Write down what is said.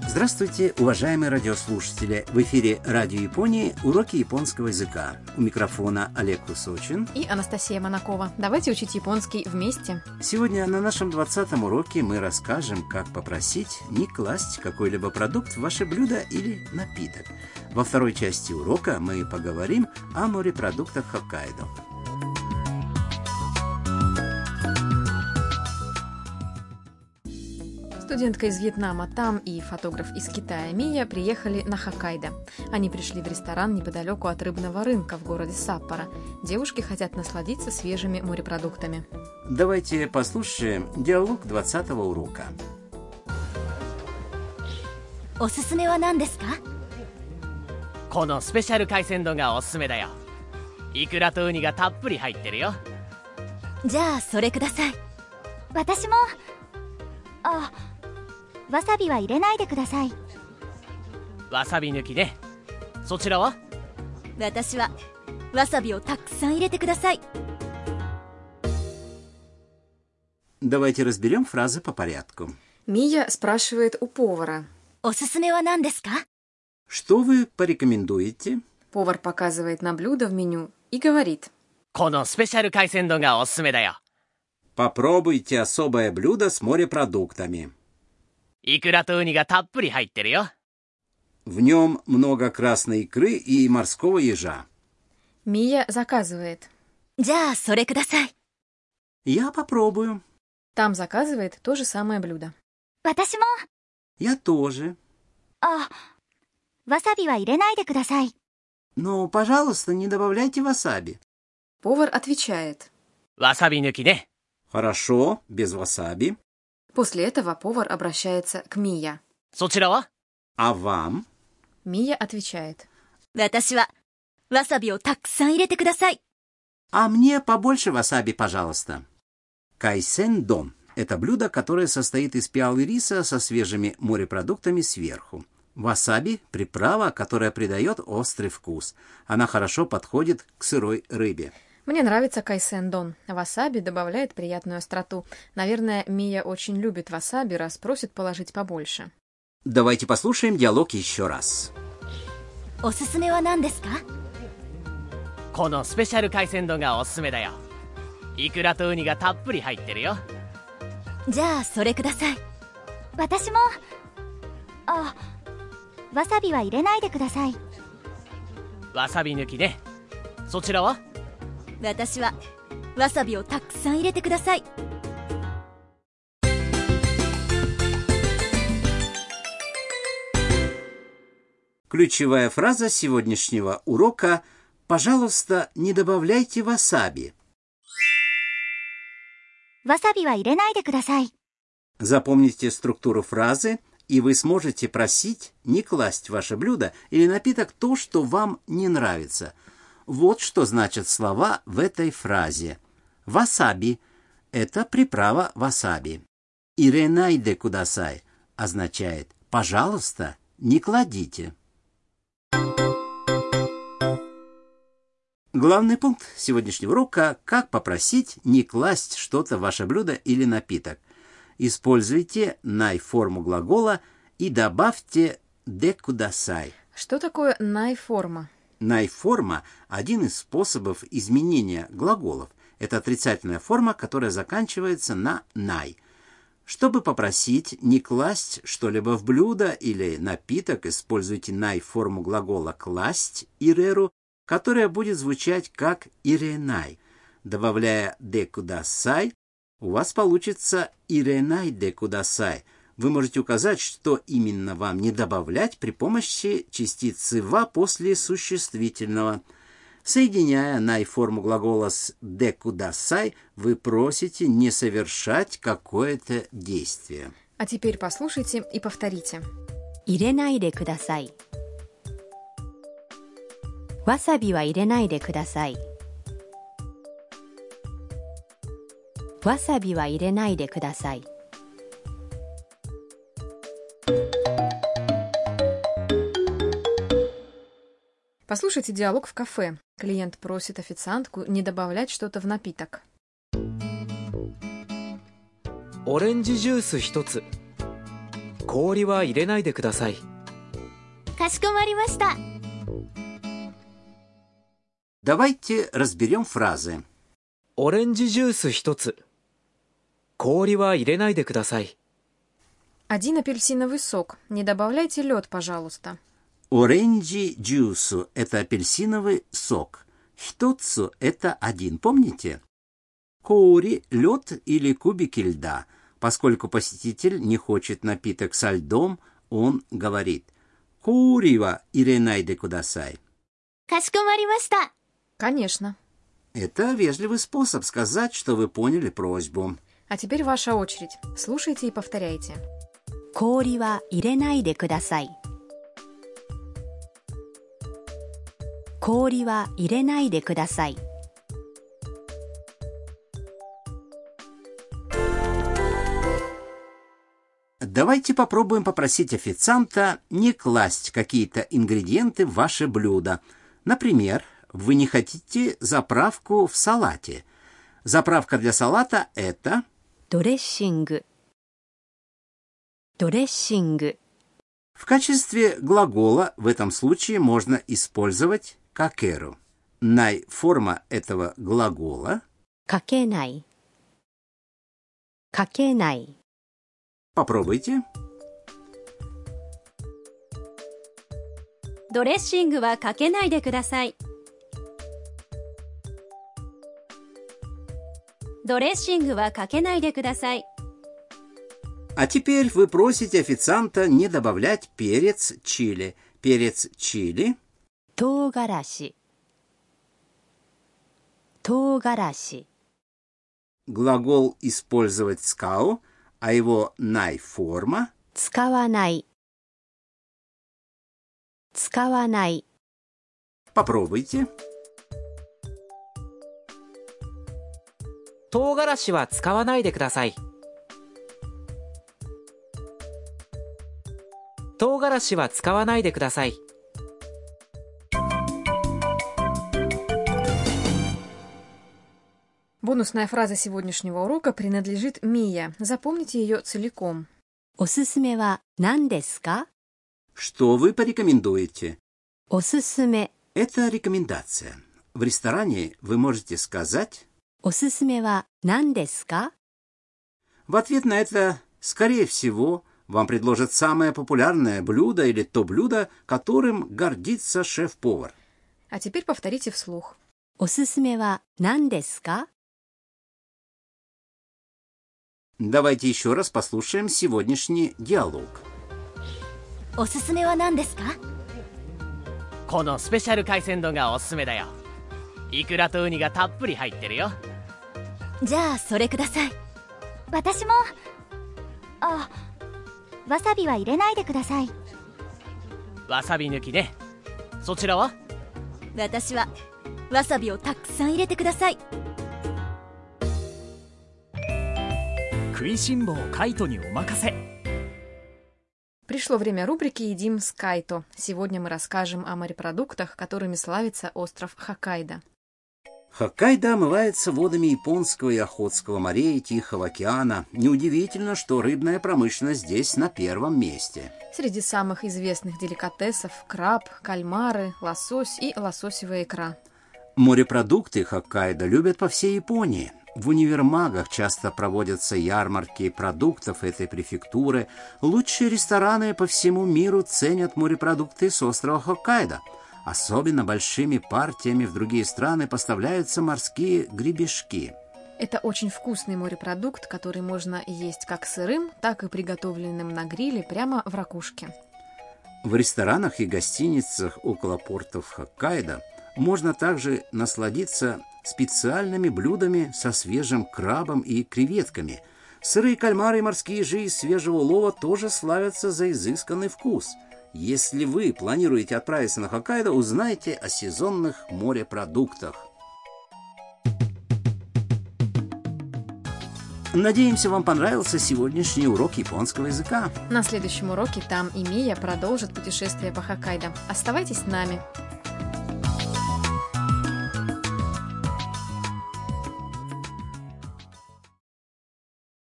Здравствуйте, уважаемые радиослушатели! В эфире Радио Японии уроки японского языка. У микрофона Олег Кусочин и Анастасия Монакова. Давайте учить японский вместе. Сегодня на нашем 20-м уроке мы расскажем, как попросить не класть какой-либо продукт в ваше блюдо или напиток. Во второй части урока мы поговорим о морепродуктах Хоккайдо. Студентка из Вьетнама Там и фотограф из Китая Мия приехали на Хоккайдо. Они пришли в ресторан неподалеку от рыбного рынка в городе Саппоро. Девушки хотят насладиться свежими морепродуктами. Давайте послушаем диалог 20-го урока. おすすめは何ですか？ このスペシャル海鮮丼がおすすめだよ。イクラとウニがたっぷり入ってるよ。 じゃあそれください。私も。わさびは入れないでください。 わさび抜きね。そちらは？ 私はわさびをたくさん入れてください。 Давайте разберем фразы по порядку. Мия спрашивает у повара. おすすめは何ですか？ Что вы порекомендуете? Повар показывает на блюдо в меню и говорит. このスペシャル海鮮丼がおすすめだよ。 Попробуйте особое блюдо с морепродуктами. イクラとウニがたっぷり入ってるよ。 В нем много красной икры и морского ежа. Мия заказывает. じゃあそれください。 Я попробую. Там заказывает то же самое блюдо. 私も。 Я тоже. わさびは入れないでください。 Но, пожалуйста, не добавляйте васаби. Повар отвечает. わさび抜きね。 Хорошо, без васаби. После этого повар обращается к Мия. そちらは？ А вам? Мия отвечает. 私はわさびをたくさん入れてください。 А мне побольше васаби, пожалуйста. Кайсен-дон – это блюдо, которое состоит из пиалы риса со свежими морепродуктами сверху. Васаби – приправа, которая придает острый вкус. Она хорошо подходит к сырой рыбе. Мне нравится кайсен-дон. Васаби добавляет приятную остроту. Наверное, Мия очень любит васаби, раз просит положить побольше. Давайте послушаем диалог еще раз. おすすめは何ですか？ このスペシャル海鮮丼がおすすめだよ。イクラとウニがたっぷり入ってるよ。 じゃあそれください。私も。わさびは入れないでください。 わさび抜きね。そちらは？ 私はわさびをたくさん入れてください。 Ключевая фраза сегодняшнего урока «Пожалуйста, не добавляйте васаби». わさびは入れないでください。 Запомните структуру фразы, и вы сможете просить не класть в ваше блюдо или напиток то, что вам не нравится. Вот что значат слова в этой фразе. Васаби – это приправа васаби. Иренайде кудасай означает «пожалуйста, не кладите». Главный пункт сегодняшнего урока – как попросить не класть что-то в ваше блюдо или напиток. Используйте най-форму глагола и добавьте «де кудасай». Что такое най-форма? Най-форма – один из способов изменения глаголов. Это отрицательная форма, которая заканчивается на «най». Чтобы попросить не класть что-либо в блюдо или напиток, используйте най-форму глагола «класть» иреру, которая будет звучать как «иренай». Добавляя «де кудасай», у вас получится «иренай де кудасай». Вы можете указать, что именно вам не добавлять при помощи частицы «ва» после существительного. Соединяя най-форму глагола с «де кудасай», вы просите не совершать какое-то действие. А теперь послушайте и повторите. 入れないでください。わさびは入れないでください。わさびは入れないでください。 Послушайте диалог в кафе. Клиент просит официантку не добавлять что-то в напиток. オレンジジュース一つ。 氷は入れないでください。 かしこまりました。 Давайте разберем фразы. オレンジジュース1つ。氷は入れないでください。 Один апельсиновый сок. Не добавляйте лед, пожалуйста. Orange juice – это апельсиновый сок. Хитоцу – это один, помните? Коури – лед или кубики льда. Поскольку посетитель не хочет напиток со льдом, он говорит «Коури ва иренайде кудасай». かしこまりました。 Конечно. Это вежливый способ сказать, что вы поняли просьбу. А теперь ваша очередь. Слушайте и повторяйте. 氷は入れないでください。氷は入れないでください。 Давайте попробуем попросить официанта не класть какие-то ингредиенты в ваше блюдо. Например, вы не хотите заправку в салате. Заправка для салата – это ドレッシング。ドレッシング。 В качестве глагола в этом случае можно использовать какеру. Форма этого глагола かけない。かけない。 Попробуйте. ドレッシングはかけないでください。ドレッシングはかけないでください。 А теперь вы просите официанта не добавлять перец чили. Перец чили 唐辛子。唐辛子。 глагол использовать скау, а его форма 使わない。使わない。 Попробуйте. 唐辛子は使わないでください。唐辛子は使わないでください。 Бонусная фраза сегодняшнего урока принадлежит Мия. Запомните ее целиком. おすすめは何ですか？ Что вы порекомендуете? おすすめ。 Это рекомендация. В ресторане вы можете сказать おすすめは何ですか？ В ответ на это, скорее всего, вам предложат самое популярное блюдо или то блюдо, которым гордится шеф-повар. А теперь повторите вслух. おすすめは何ですか？ Давайте еще раз послушаем сегодняшний диалог. おすすめは何ですか？ このスペシャル海鮮丼がおすすめだよ。イクラとウニがたっぷり入ってるよ。 じゃあそれください。私も。あ、わさびは入れないでください。 わさび抜きね。そちらは？ 私はわさびをたくさん入れてください。 食いしん坊カイトにお任せ。 Пришло время рубрики «Едим с Кайто». Сегодня мы расскажем о морепродуктах, которыми славится остров Хоккайдо. Хоккайдо омывается водами Японского и Охотского морей и Тихого океана. Неудивительно, что рыбная промышленность здесь на первом месте. Среди самых известных деликатесов – краб, кальмары, лосось и лососевая икра. Морепродукты Хоккайдо любят по всей Японии. В универмагах часто проводятся ярмарки продуктов этой префектуры. Лучшие рестораны по всему миру ценят морепродукты с острова Хоккайдо. Особенно большими партиями в другие страны поставляются морские гребешки. Это очень вкусный морепродукт, который можно есть как сырым, так и приготовленным на гриле прямо в ракушке. В ресторанах и гостиницах около портов Хоккайдо можно также насладиться специальными блюдами со свежим крабом и креветками. Сырые кальмары и морские ежи из свежего улова тоже славятся за изысканный вкус. Если вы планируете отправиться на Хоккайдо, узнайте о сезонных морепродуктах. Надеемся, вам понравился сегодняшний урок японского языка. На следующем уроке Там и Мия продолжат путешествие по Хоккайдо. Оставайтесь с нами.